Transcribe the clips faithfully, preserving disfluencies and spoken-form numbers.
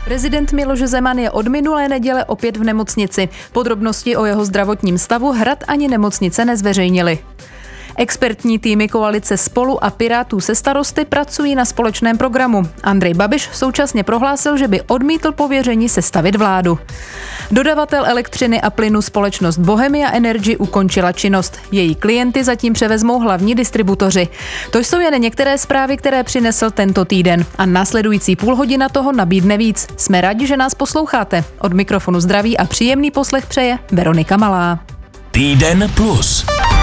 Prezident Miloš Zeman je od minulé neděle opět v nemocnici. Podrobnosti o jeho zdravotním stavu Hrad ani nemocnice nezveřejnili. Expertní týmy koalice Spolu a Pirátů se Starosty pracují na společném programu. Andrej Babiš současně prohlásil, že by odmítl pověření sestavit vládu. Dodavatel elektřiny a plynu společnost Bohemia Energy ukončila činnost. Její klienty zatím převezmou hlavní distributoři. To jsou jen některé zprávy, které přinesl tento týden. A následující půl hodina toho nabídne víc. Jsme rádi, že nás posloucháte. Od mikrofonu zdraví a příjemný poslech přeje Veronika Malá. Týden plus.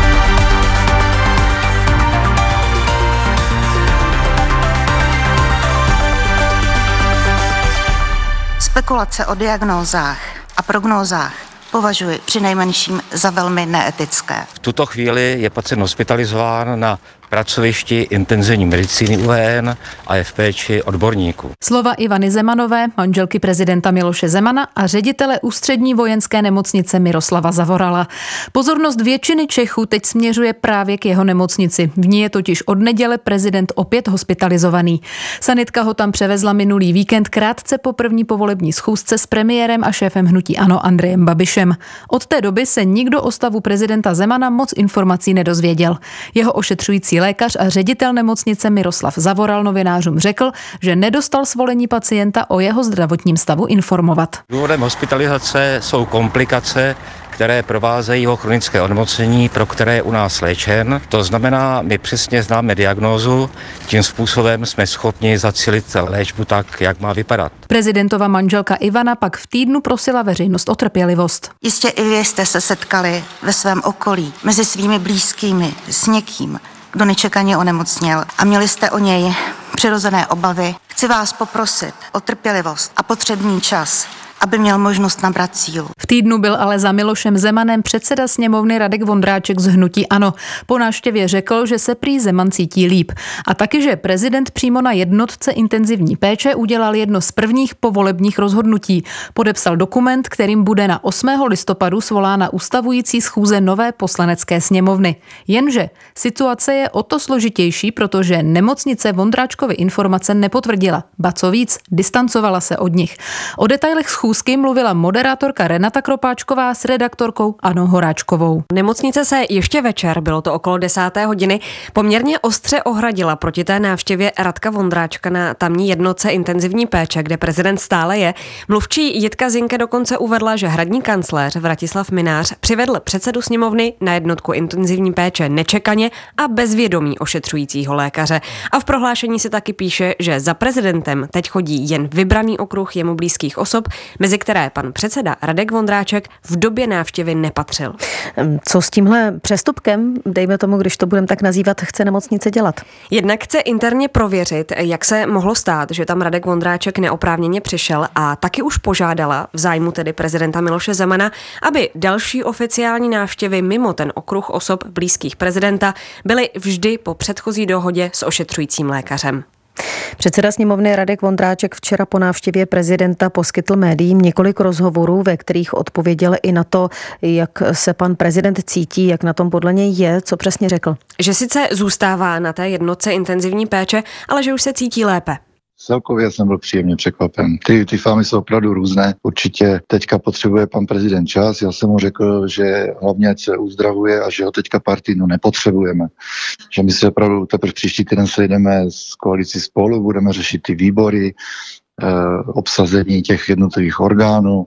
Spekulace o diagnózách a prognózách považuji přinejmenším za velmi neetické. V tuto chvíli je pacient hospitalizován na pracovišti intenzivní medicíny U V N a je v péči odborníků. Slova Ivany Zemanové, manželky prezidenta Miloše Zemana a ředitele Ústřední vojenské nemocnice Miroslava Zavorala. Pozornost většiny Čechů teď směřuje právě k jeho nemocnici. V ní je totiž od neděle prezident opět hospitalizovaný. Sanitka ho tam převezla minulý víkend krátce po první povolební schůzce s premiérem a šéfem hnutí ANO Andrejem Babišem. Od té doby se nikdo o stavu prezidenta Zemana moc informací nedozvěděl. Jeho ošetřující lékař a ředitel nemocnice Miroslav Zavoral novinářům řekl, že nedostal svolení pacienta o jeho zdravotním stavu informovat. Důvodem hospitalizace jsou komplikace, které provázejí jeho chronické onemocnění, pro které je u nás léčen. To znamená, my přesně známe diagnózu, tím způsobem jsme schopni zacílit léčbu tak, jak má vypadat. Prezidentova manželka Ivana pak v týdnu prosila veřejnost o trpělivost. Jistě i vy jste se setkali ve svém okolí, mezi svými blízkými, s někým, kdo nečekaně onemocněl a měli jste o něj přirozené obavy. Chci vás poprosit o trpělivost a potřebný čas, aby měl možnost nabrat sílu. V týdnu byl ale za Milošem Zemanem předseda sněmovny Radek Vondráček z hnutí ANO. Po návštěvě řekl, že se prý Zeman cítí líp. A taky, že prezident přímo na jednotce intenzivní péče udělal jedno z prvních povolebních rozhodnutí. Podepsal dokument, kterým bude na osmého listopadu svolána ustavující schůze nové poslanecké sněmovny. Jenže situace je o to složitější, protože nemocnice Vondráčkovy informace nepotvrdila. Ba co víc, distancovala se od nich. O detailech schůzky mluvila moderátorka Renata Kropáčková s redaktorkou Anou Horáčkovou. Nemocnice se ještě večer, bylo to okolo desáté hodiny, poměrně ostře ohradila proti té návštěvě Radka Vondráčka na tamní jednotce intenzivní péče, kde prezident stále je. Mluvčí Jitka Zinke dokonce uvedla, že hradní kancléř Vratislav Mynář přivedl předsedu sněmovny na jednotku intenzivní péče nečekaně a bez vědomí ošetřujícího lékaře. A v prohlášení se taky píše, že za prezidentem teď chodí jen vybraný okruh jemu blízkých osob, mezi které pan předseda Radek Vondráček v době návštěvy nepatřil. Co s tímhle přestupkem, dejme tomu, když to budeme tak nazývat, chce nemocnice dělat? Jednak chce interně prověřit, jak se mohlo stát, že tam Radek Vondráček neoprávněně přišel, a taky už požádala v zájmu tedy prezidenta Miloše Zemana, aby další oficiální návštěvy mimo ten okruh osob blízkých prezidenta byly vždy po předchozí dohodě s ošetřujícím lékařem. Předseda sněmovny Radek Vondráček včera po návštěvě prezidenta poskytl médiím několik rozhovorů, ve kterých odpověděl i na to, jak se pan prezident cítí, jak na tom podle něj je. Co přesně řekl? Že sice zůstává na té jednotce intenzivní péče, ale že už se cítí lépe. Celkově jsem byl příjemně překvapen. Ty, ty fámy jsou opravdu různé. Určitě teďka potřebuje pan prezident čas. Já jsem mu řekl, že hlavně ať se uzdravuje a že ho teďka pár týdnů nepotřebujeme. Že my se opravdu teprve příští týden sejdeme s koalicí Spolu, budeme řešit ty výbory, eh, obsazení těch jednotlivých orgánů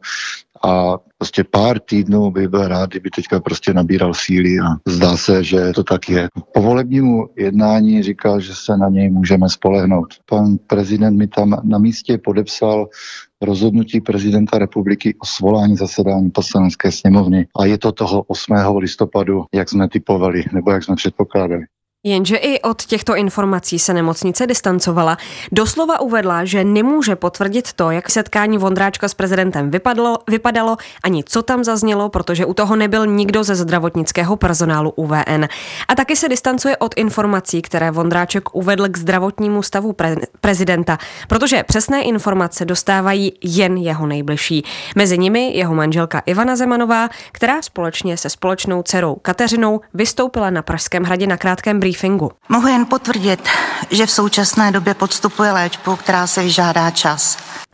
a prostě pár týdnů bych byl rád, kdyby teďka prostě nabíral síly a zdá se, že to tak je. Po volebnímu jednání říkal, že se na něj můžeme spolehnout. Pan prezident mi tam na místě podepsal rozhodnutí prezidenta republiky o svolání zasedání poslanecké sněmovny a je to toho osmého listopadu, jak jsme typovali, nebo jak jsme předpokládali. Jenže i od těchto informací se nemocnice distancovala. Doslova uvedla, že nemůže potvrdit to, jak setkání Vondráčka s prezidentem vypadlo, vypadalo, ani co tam zaznělo, protože u toho nebyl nikdo ze zdravotnického personálu U V N. A taky se distancuje od informací, které Vondráček uvedl k zdravotnímu stavu pre- prezidenta, protože přesné informace dostávají jen jeho nejbližší. Mezi nimi jeho manželka Ivana Zemanová, která společně se společnou dcerou Kateřinou vystoupila na Pražském hradě na krátkém briefingu. Mohu jen potvrdit, že v současné době podstupuje léčbu, která se vyžádá čas.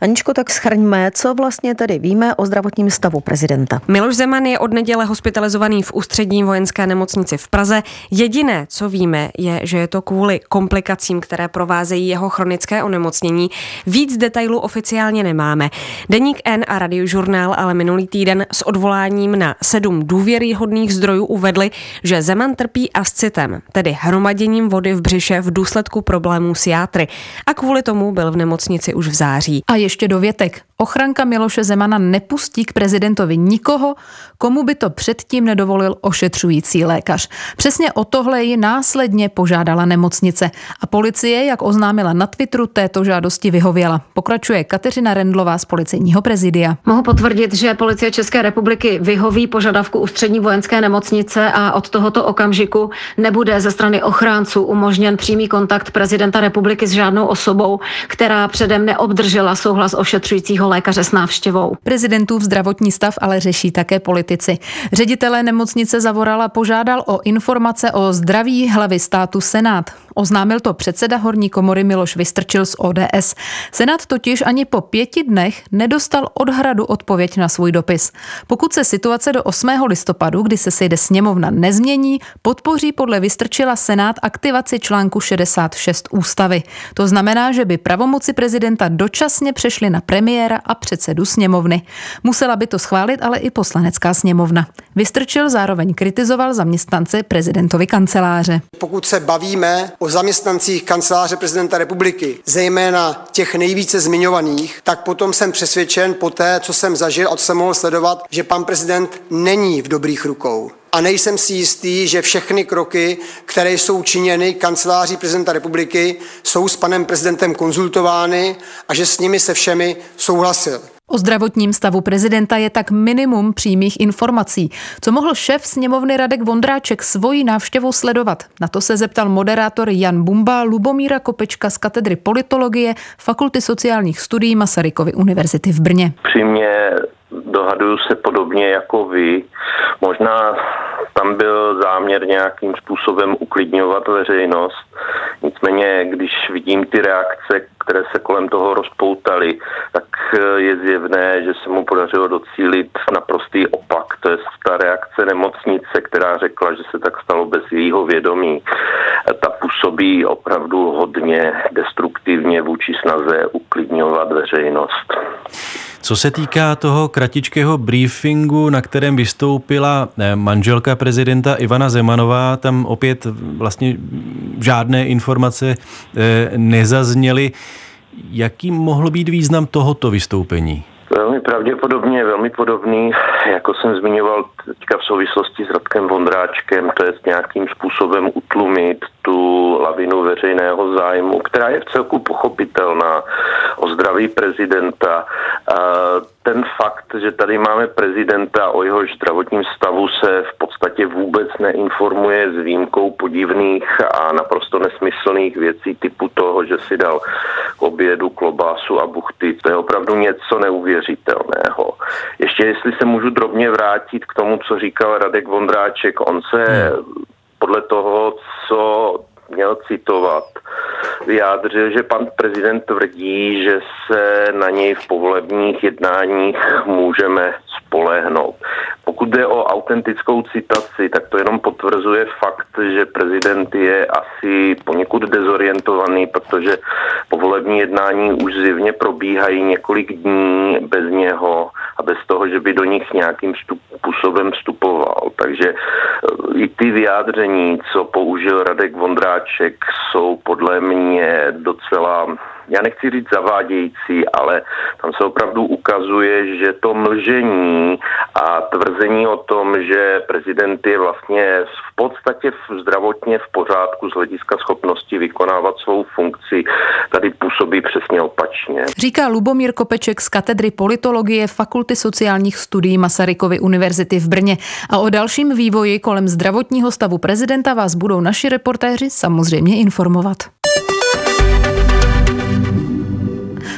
Aničko, tak shrňme, co vlastně tedy víme o zdravotním stavu prezidenta. Miloš Zeman je od neděle hospitalizovaný v Ústřední vojenské nemocnici v Praze. Jediné, co víme, je, že je to kvůli komplikacím, které provázejí jeho chronické onemocnění. Víc detailů oficiálně nemáme. Deník N a Radiožurnál ale minulý týden s odvoláním na sedm důvěryhodných zdrojů uvedli, že Zeman trpí ascitem, tedy hromaděním vody v břiše v důsledku problémů s játry. A kvůli tomu byl v nemocnici už v září. A ještě dovětek. Ochranka Miloše Zemana nepustí k prezidentovi nikoho, komu by to předtím nedovolil ošetřující lékař. Přesně o tohle ji následně požádala nemocnice. A policie, jak oznámila na Twitteru, této žádosti vyhověla. Pokračuje Kateřina Rendlová z Policejního prezidia. Mohu potvrdit, že Policie České republiky vyhoví požadavku Ústřední vojenské nemocnice a od tohoto okamžiku nebude ze strany ochránců umožněn přímý kontakt prezidenta republiky s žádnou osobou, která předem neobdržela souhlas ošetřujícího lékaře s návštěvou. Prezidentův zdravotní stav ale řeší také politici. Ředitelé nemocnice Zavorala požádal o informace o zdraví hlavy státu Senát. Oznámil to předseda horní komory Miloš Vystrčil z O D S. Senát totiž ani po pěti dnech nedostal od Hradu odpověď na svůj dopis. Pokud se situace do osmého listopadu, kdy se sejde sněmovna, nezmění, podpoří podle Vystrčila Senát aktivaci článku šedesát šest ústavy. To znamená, že by pravomoci prezidenta dočasně přešly na premiéra a předsedu sněmovny. Musela by to schválit ale i poslanecká sněmovna. Vystrčil zároveň kritizoval zaměstnance prezidentovy kanceláře. Pokud se bavíme o zaměstnancích kanceláře prezidenta republiky, zejména těch nejvíce zmiňovaných, tak potom jsem přesvědčen po té, co jsem zažil a co jsem mohl sledovat, že pan prezident není v dobrých rukou. A nejsem si jistý, že všechny kroky, které jsou činěny kanceláří prezidenta republiky, jsou s panem prezidentem konzultovány a že s nimi se všemi souhlasil. O zdravotním stavu prezidenta je tak minimum přímých informací. Co mohl šéf sněmovny Radek Vondráček svojí návštěvou sledovat? Na to se zeptal moderátor Jan Bumba Lubomíra Kopečka z katedry politologie Fakulty sociálních studií Masarykovy univerzity v Brně. Přímě dohaduju se podobně jako vy. Možná tam byl záměr nějakým způsobem uklidňovat veřejnost. Nicméně, když vidím ty reakce, které se kolem toho rozpoutaly, tak je zjevné, že se mu podařilo docílit naprostý opak. To je ta reakce nemocnice, která řekla, že se tak stalo bez jejího vědomí. Ta působí opravdu hodně destruktivně vůči snaze uklidňovat veřejnost. Co se týká toho kratičkého briefingu, na kterém vystoupila manželka prezidenta Ivana Zemanová, tam opět vlastně žádné informace nezazněly. Jaký mohl být význam tohoto vystoupení? Velmi pravděpodobně, velmi podobný, jako jsem zmiňoval teďka v souvislosti s Radkem Vondráčkem, to je nějakým způsobem utlumit tu lavinu veřejného zájmu, která je v celku pochopitelná o zdraví prezidenta. Ten fakt, že tady máme prezidenta, o jehož zdravotním stavu se v podstatě vůbec neinformuje s výjimkou podivných a naprosto nesmyslných věcí typu toho, že si dal k obědu klobásu a buchty. To je opravdu něco neuvěřitelného. Ještě jestli se můžu drobně vrátit k tomu, co říkal Radek Vondráček, on se podle toho, co měl citovat, vyjádřil, že pan prezident tvrdí, že se na něj v povolebních jednáních můžeme spolehnout. Pokud jde o autentickou citaci, tak to jenom potvrzuje fakt, že prezident je asi poněkud dezorientovaný, protože povolební jednání už zjevně probíhají několik dní bez něho a bez toho, že by do nich nějakým způsobem vstupoval. Takže i ty vyjádření, co použil Radek Vondráček, jsou podle mě docela, já nechci říct zavádějící, ale tam se opravdu ukazuje, že to mlžení a tvrzení o tom, že prezident je vlastně v podstatě zdravotně v pořádku z hlediska schopnosti vykonávat svou funkci, tady působí přesně opačně. Říká Lubomír Kopeček z katedry politologie Fakulty sociálních studií Masarykovy univerzity v Brně. A o dalším vývoji kolem zdravotního stavu prezidenta vás budou naši reportéři samozřejmě informovat.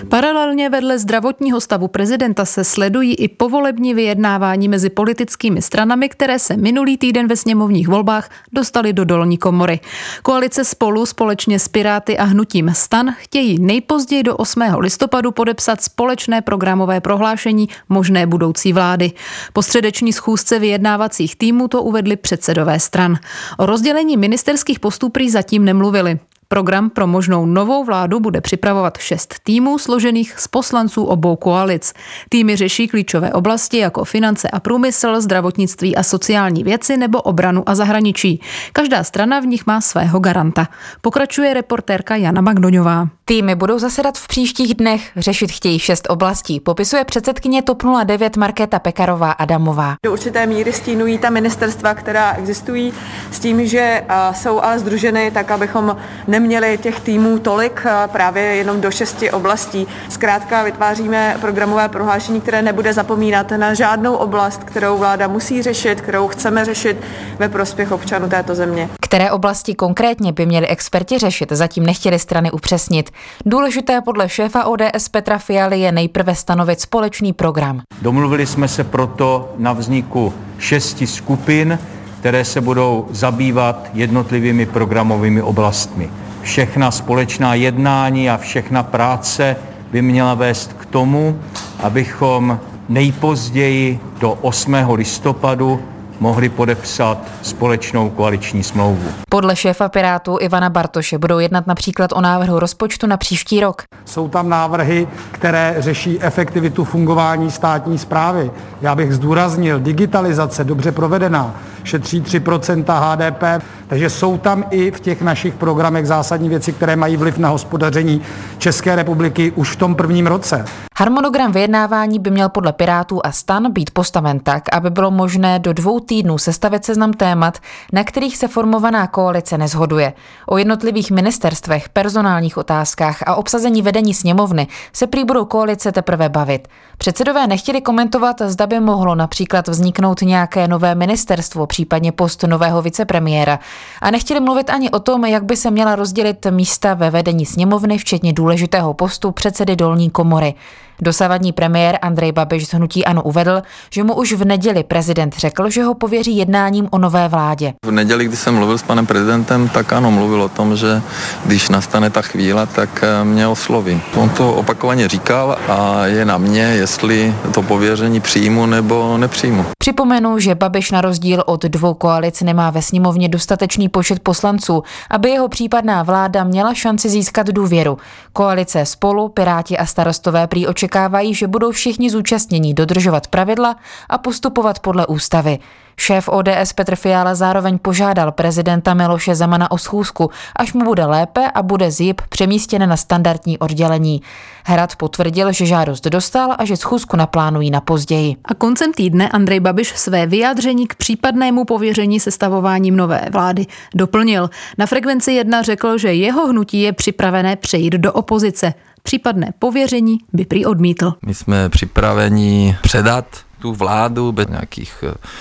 Paralelně vedle zdravotního stavu prezidenta se sledují i povolební vyjednávání mezi politickými stranami, které se minulý týden ve sněmovních volbách dostaly do dolní komory. Koalice Spolu společně s Piráty a hnutím STAN chtějí nejpozději do osmého listopadu podepsat společné programové prohlášení možné budoucí vlády. Po středeční schůzce vyjednávacích týmů to uvedli předsedové stran. O rozdělení ministerských postů prý zatím nemluvili. Program pro možnou novou vládu bude připravovat šest týmů složených z poslanců obou koalic. Týmy řeší klíčové oblasti jako finance a průmysl, zdravotnictví a sociální věci nebo obranu a zahraničí. Každá strana v nich má svého garanta. Pokračuje reportérka Jana Magdoňová. Týmy budou zasedat v příštích dnech, řešit chtějí šest oblastí, popisuje předsedkyně TOP nula devět Markéta Pekarová Adamová. Do určité míry stínují ta ministerstva, která existují, s tím, že jsou ale sdruženy tak, abychom neměli těch týmů tolik, právě jenom do šesti oblastí. Zkrátka vytváříme programové prohlášení, které nebude zapomínat na žádnou oblast, kterou vláda musí řešit, kterou chceme řešit ve prospěch občanů této země. Které oblasti konkrétně by měli experti řešit, zatím nechtěli strany upřesnit. Důležité podle šéfa O D S Petra Fialy je nejprve stanovit společný program. Domluvili jsme se proto na vzniku šesti skupin, které se budou zabývat jednotlivými programovými oblastmi. Všechna společná jednání a všechna práce by měla vést k tomu, abychom nejpozději do osmého listopadu mohli podepsat společnou koaliční smlouvu. Podle šéfa Pirátů Ivana Bartoše budou jednat například o návrhu rozpočtu na příští rok. Jsou tam návrhy, které řeší efektivitu fungování státní správy. Já bych zdůraznil, digitalizace dobře provedená, šetří tři procenta H D P, takže jsou tam i v těch našich programech zásadní věci, které mají vliv na hospodaření České republiky už v tom prvním roce. Harmonogram vyjednávání by měl podle Pirátů a STAN být postaven tak, aby bylo možné do dvou týdnů sestavit seznam témat, na kterých se formovaná koalice neshoduje. O jednotlivých ministerstvech, personálních otázkách a obsazení vedení sněmovny se prý budou koalice teprve bavit. Předsedové nechtěli komentovat, zda by mohlo například vzniknout nějaké nové ministerstvo, případně post nového vicepremiéra. A nechtěli mluvit ani o tom, jak by se měla rozdělit místa ve vedení sněmovny, včetně důležitého postu předsedy dolní komory. Dosavadní premiér Andrej Babiš z hnutí ANO uvedl, že mu už v neděli prezident řekl, že ho pověří jednáním o nové vládě. V neděli, když jsem mluvil s panem prezidentem, tak ano, mluvil o tom, že když nastane ta chvíle, tak mě osloví. On to opakovaně říkal a je na mě, jestli to pověření přijmu nebo nepřijmu. Připomenu, že Babiš na rozdíl od dvou koalic nemá ve sněmovně dostatečný počet poslanců, aby jeho případná vláda měla šanci získat důvěru. Koalice Spolu, Piráti a Starostové prý očekávají, že budou všichni zúčastnění dodržovat pravidla a postupovat podle ústavy. Šéf O D S Petr Fiala zároveň požádal prezidenta Miloše Zemana o schůzku, až mu bude lépe a bude Z I P přemístěn na standardní oddělení. Hrad potvrdil, že žádost dostal a že schůzku naplánují na později. A koncem týdne Andrej Babiš své vyjádření k případnému pověření sestavováním nové vlády doplnil. Na Frekvenci jedna řekl, že jeho hnutí je připravené přejít do opozice. Případné pověření by prý odmítl. My jsme připraveni předat tu vládu bez nějakých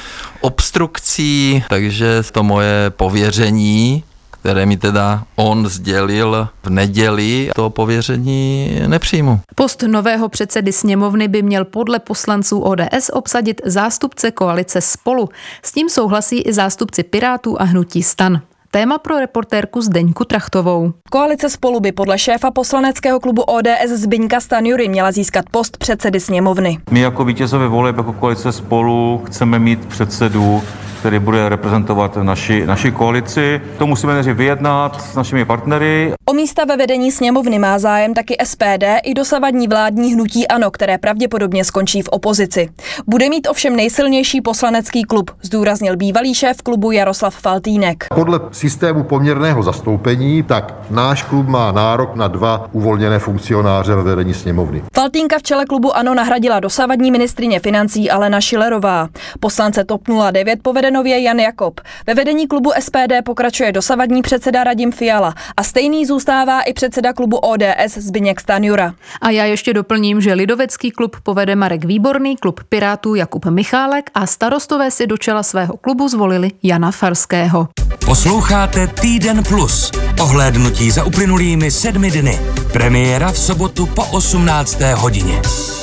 obstrukcí, takže to moje pověření, které mi teda on sdělil v neděli, to pověření nepřijmu. Post nového předsedy sněmovny by měl podle poslanců O D S obsadit zástupce koalice Spolu. S tím souhlasí i zástupci Pirátů a hnutí STAN. Téma pro reportérku Zdeňku Trachtovou. Koalice Spolu by podle šéfa poslaneckého klubu O D S Zbyňka Stanjury měla získat post předsedy sněmovny. My jako vítězové voleb, jako koalice Spolu, chceme mít předsedu, který bude reprezentovat naši, naši koalici. To musíme nejdřív vyjednat s našimi partnery. O místa ve vedení sněmovny má zájem taky S P D i dosavadní vládní hnutí ANO, které pravděpodobně skončí v opozici. Bude mít ovšem nejsilnější poslanecký klub, zdůraznil bývalý šéf klubu Jaroslav Faltýnek. Podle systému poměrného zastoupení, tak náš klub má nárok na dva uvolněné funkcionáře ve vedení sněmovny. Faltýnka v čele klubu ANO nahradila dosavadní ministryně financí Alena Schillerová. Poslance TOP nula devět povede nově Jan Jakob. Ve vedení klubu S P D pokračuje dosavadní předseda Radim Fiala a stejný zůstává i předseda klubu O D S Zbyněk Stanjura. A já ještě doplním, že lidovecký klub povede Marek Výborný, klub Pirátů Jakub Michálek a starostové si do čela svého klubu zvolili Jana Farského. Posloucháte Týden plus. Ohlédnutí za uplynulými sedmi dny. Premiéra v sobotu po osmnácté hodině.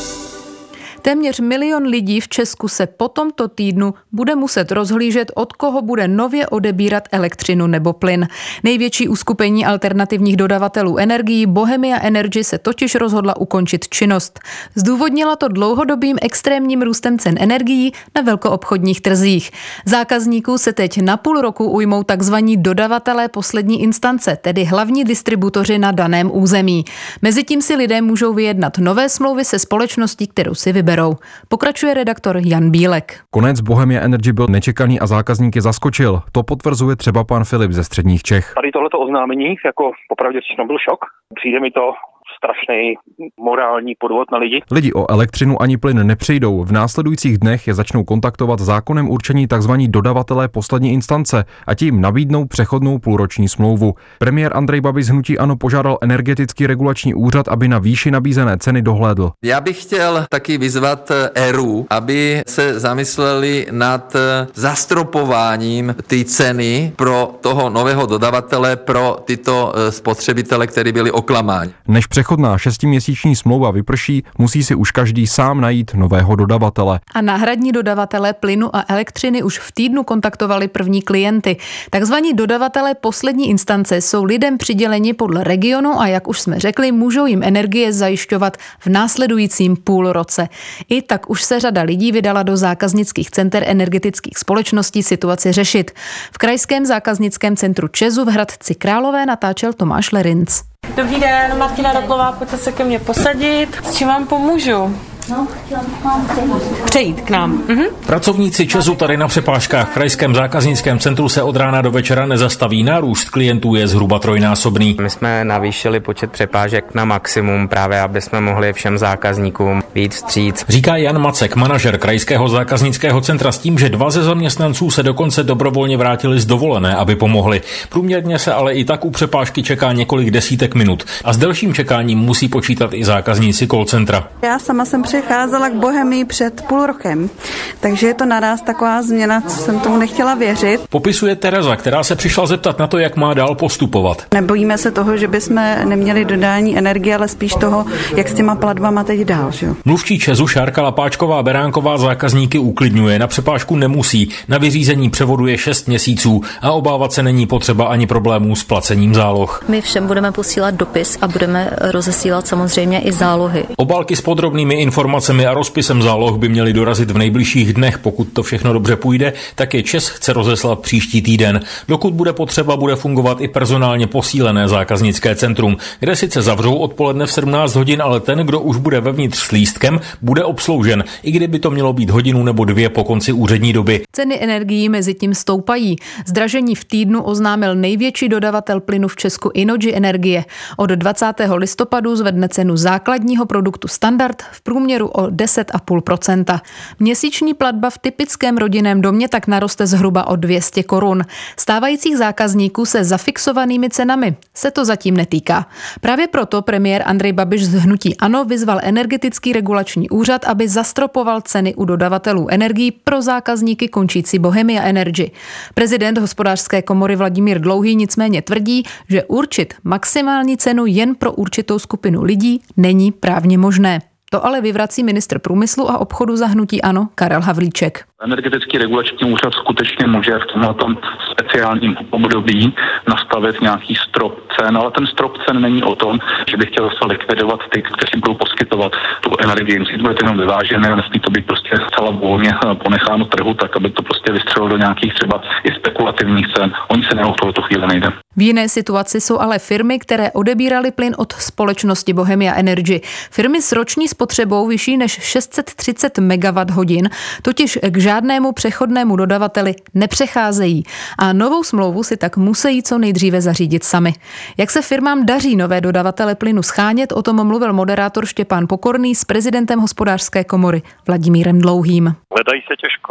Téměř milion lidí v Česku se po tomto týdnu bude muset rozhlížet, od koho bude nově odebírat elektřinu nebo plyn. Největší uskupení alternativních dodavatelů energií Bohemia Energy se totiž rozhodla ukončit činnost. Zdůvodnila to dlouhodobým extrémním růstem cen energií na velkoobchodních trzích. Zákazníků se teď na půl roku ujmou takzvaní dodavatelé poslední instance, tedy hlavní distributoři na daném území. Mezitím si lidé můžou vyjednat nové smlouvy se společností, kterou si vyberou. Pokračuje redaktor Jan Bílek. Konec Bohemia Energy byl nečekaný a zákazníky zaskočil. To potvrzuje třeba pan Filip ze středních Čech. Tady tohleto oznámení, jako popravdě řečeno, byl šok. Přijde mi to strašný morální podvod na lidi. Lidi o elektřinu ani plyn nepřijdou. V následujících dnech je začnou kontaktovat zákonem určení tzv. Dodavatelé poslední instance a tím nabídnou přechodnou půlroční smlouvu. Premiér Andrej Babiš z hnutí ANO požádal Energetický regulační úřad, aby na výši nabízené ceny dohlédl. Já bych chtěl taky vyzvat E R U, aby se zamysleli nad zastropováním té ceny pro toho nového dodavatele, pro tyto spotřebitele, kteří byli oklamáni. Než přechodná šestiměsíční smlouva vyprší, musí si už každý sám najít nového dodavatele. A náhradní dodavatelé plynu a elektřiny už v týdnu kontaktovali první klienty. Takzvaní dodavatelé poslední instance jsou lidem přiděleni podle regionu a jak už jsme řekli, můžou jim energie zajišťovat v následujícím půl roce. I tak už se řada lidí vydala do zákaznických center energetických společností situaci řešit. V krajském zákaznickém centru ČEZu v Hradci Králové natáčel Tomáš Lerinc. Dobrý den, Martina Rotlová, pojďte se ke mně posadit. S čím vám pomůžu? No, chtěla bych vám přejít k nám. Mhm. Pracovníci ČEZu tady na přepážkách v krajském zákaznickém centru se od rána do večera nezastaví. Nárůst klientů je zhruba trojnásobný. My jsme navýšili počet přepážek na maximum, právě aby jsme mohli všem zákazníkům vyjít vstříc. Říká Jan Macek, manažer krajského zákaznického centra, s tím, že dva ze zaměstnanců se dokonce dobrovolně vrátili z dovolené, aby pomohli. Průměrně se ale i tak u přepážky čeká několik desítek minut. A s delším čekáním musí počítat i zákazníci call centra. Já sama jsem přecházela k Bohemii před půl rokem, takže je to naraz taková změna, co jsem tomu nechtěla věřit. Popisuje Tereza, která se přišla zeptat na to, jak má dál postupovat. Nebojíme se toho, že bychom neměli dodání energie, ale spíš toho, jak s těma platbama teď dál. Že? Mluvčí ČEZu Šárka Lapáčková Beránková zákazníky uklidňuje, na přepážku nemusí, na vyřízení převodu je šest měsíců a obávat se není potřeba ani problémů s placením záloh. My všem budeme posílat dopis a budeme rozesílat samozřejmě i zálohy. Obálky s podrobnými informacemi a rozpisem záloh by měly dorazit v nejbližších dnech. Pokud to všechno dobře půjde, tak je ČEZ chce rozeslat příští týden. Dokud bude potřeba, bude fungovat i personálně posílené zákaznické centrum, kde sice zavřou odpoledne v sedmnáct hodin, ale ten, kdo už bude vevnitř s lístkem, bude obsloužen, i kdyby to mělo být hodinu nebo dvě po konci úřední doby. Ceny energií mezi tím stoupají. Zdražení v týdnu oznámil největší dodavatel plynu v Česku Innogy Energie. Od dvacátého listopadu zvedne cenu základního produktu Standard v průměru o deset celá pět procenta. Měsíční platba v typickém rodinném domě tak naroste zhruba o dvě stě korun. Stávajících zákazníků se zafixovanými cenami se to zatím netýká. Právě proto premiér Andrej Babiš z hnutí ANO vyzval Energetický regulační úřad, aby zastropoval ceny u dodavatelů energií pro zákazníky končící Bohemia Energy. Prezident Hospodářské komory Vladimír Dlouhý nicméně tvrdí, že určit maximální cenu jen pro určitou skupinu lidí není právně možné. To ale vyvrací ministr průmyslu a obchodu za hnutí ANO Karel Havlíček. Energetický regulační úřad skutečně může v tomto speciálním období nastavit nějaký strop cen, ale ten strop cen není o tom, že by chtěl se likvidovat ty, kteří budou poskytovat tu energii. Musí to být jenom vyvážené, nesmí to být prostě zcela volně ponecháno trhu, tak aby to prostě vystřelilo do nějakých třeba i spekulativních cen. Oni se nemohou v tuto chvíli nejde. V jiné situaci jsou ale firmy, které odebíraly plyn od společnosti Bohemia Energy. Firmy s roční spotřebou vyšší než šest set třicet megawatthodin, totiž k žádnému přechodnému dodavateli nepřecházejí a novou smlouvu si tak musí co nejdříve zařídit sami. Jak se firmám daří nové dodavatele plynu schánět, o tom mluvil moderátor Štěpán Pokorný s prezidentem Hospodářské komory Vladimírem Dlouhým. Hledají se těžko.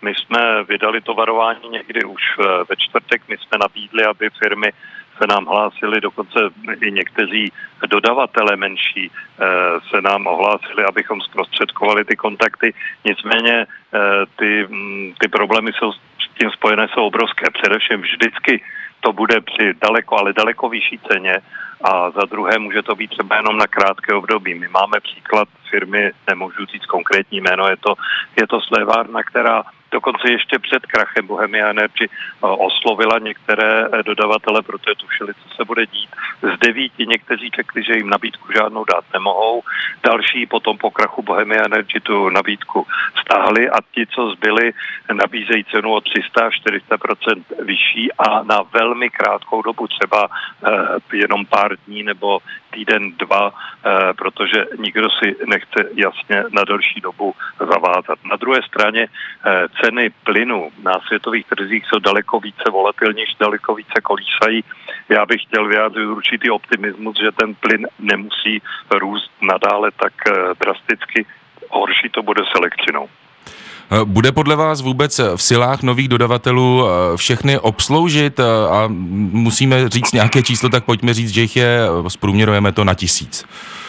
My jsme vydali to varování někdy už ve čtvrtek, my jsme nabídli, aby firmy se nám hlásili, dokonce i někteří dodavatelé menší se nám ohlásili, abychom zprostředkovali ty kontakty. Nicméně ty, ty problémy jsou s tím spojené, jsou obrovské. Především vždycky to bude při daleko, ale daleko vyšší ceně a za druhé může to být třeba jenom na krátké období. My máme příklad firmy, nemůžu říct konkrétní jméno, je to, je to slévárna, která dokonce ještě před krachem Bohemia Energy oslovila některé dodavatele, protože tušili, co se bude dít. Z devíti někteří řekli, že jim nabídku žádnou dát nemohou. Další potom po krachu Bohemia Energy tu nabídku stáhli a ti, co zbyli, nabízejí cenu o tři sta až čtyři sta procent vyšší a na velmi krátkou dobu, třeba eh, jenom pár dní nebo týden, dva, eh, protože nikdo si nechce jasně na delší dobu zavázat. Na druhé straně eh, ceny plynu na světových trzích jsou daleko více volatilnější, daleko více kolísají. Já bych chtěl vyjádřit určitý optimismus, že ten plyn nemusí růst nadále tak drasticky. Horší to bude s elektřinou. Bude podle vás vůbec v silách nových dodavatelů všechny obsloužit a musíme říct nějaké číslo, tak pojďme říct, že jich je, zprůměrujeme to na tisíc.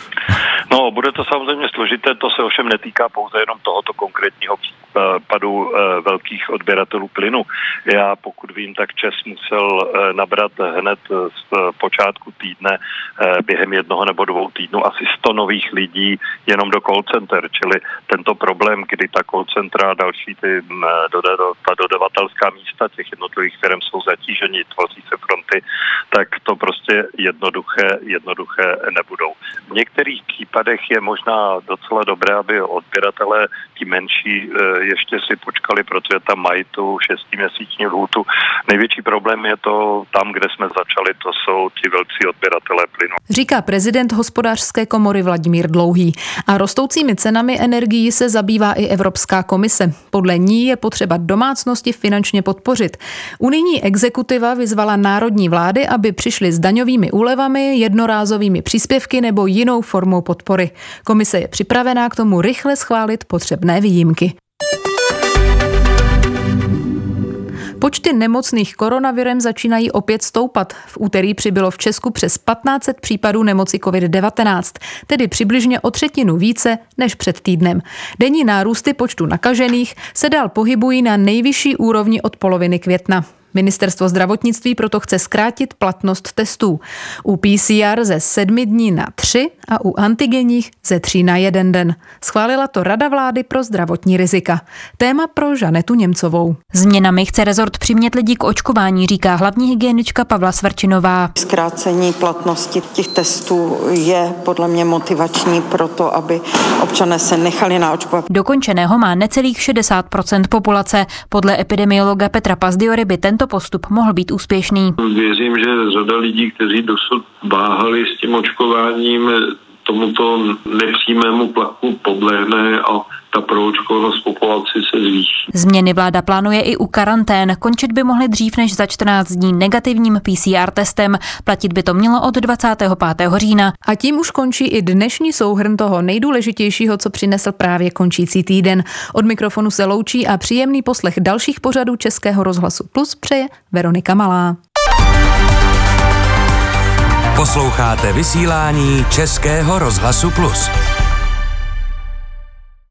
No, bude to samozřejmě složité, to se ovšem netýká pouze jenom tohoto konkrétního případu velkých odběratelů plynu. Já, pokud vím, tak ČEZ musel nabrat hned z počátku týdne během jednoho nebo dvou týdnů asi sto nových lidí jenom do call center, čili tento problém, kdy ta call centra a další ty ta dodavatelská místa těch jednotlivých firm jsou zatíženi, tvoří se fronty, tak to prostě jednoduché, jednoduché nebudou. V některých případech je možná docela dobré, aby odběratelé ti menší ještě si počkali, protože tam mají tu šestiměsíční lhůtu. Největší problém je to tam, kde jsme začali, to jsou ti velcí odběratelé plynu. Říká prezident Hospodářské komory Vladimír Dlouhý. A rostoucími cenami energií se zabývá i Evropská komise. Podle ní je potřeba domácnosti finančně podpořit. Unijní exekutiva vyzvala národní vlády, aby přišly s daňovými úlevami, jednorázovými příspěvky nebo jinou formou podpory. Komise je připravená k tomu rychle schválit potřebné výjimky. Počty nemocných koronavirem začínají opět stoupat. V úterý přibylo v Česku přes patnáct set případů nemoci covid devatenáct, tedy přibližně o třetinu více než před týdnem. Denní nárůsty počtu nakažených se dál pohybují na nejvyšší úrovni od poloviny května. Ministerstvo zdravotnictví proto chce zkrátit platnost testů. U P C R ze sedmi dní na tři a u antigenních ze tří na jeden den. Schválila to Rada vlády pro zdravotní rizika. Téma pro Žanetu Němcovou. Změnami chce rezort přimět lidi k očkování, říká hlavní hygienička Pavla Svrčinová. Zkrácení platnosti těch testů je podle mě motivační pro to, aby občané se nechali naočkovat. Dokončeného má necelých šedesát procent populace. Podle epidemiologa Petra Pazdiory by tento postup mohl být úspěšný. Věřím, že řada lidí, kteří dosud váhali s tím očkováním, tomuto nepřímému tlaku podlehne a ta proočkovanost populace se zvýší. Změny vláda plánuje i u karantén. Končit by mohly dřív než za čtrnáct dní negativním P C R testem. Platit by to mělo od dvacátého pátého října. A tím už končí i dnešní souhrn toho nejdůležitějšího, co přinesl právě končící týden. Od mikrofonu se loučí a příjemný poslech dalších pořadů Českého rozhlasu Plus přeje Veronika Malá. Posloucháte vysílání Českého rozhlasu Plus.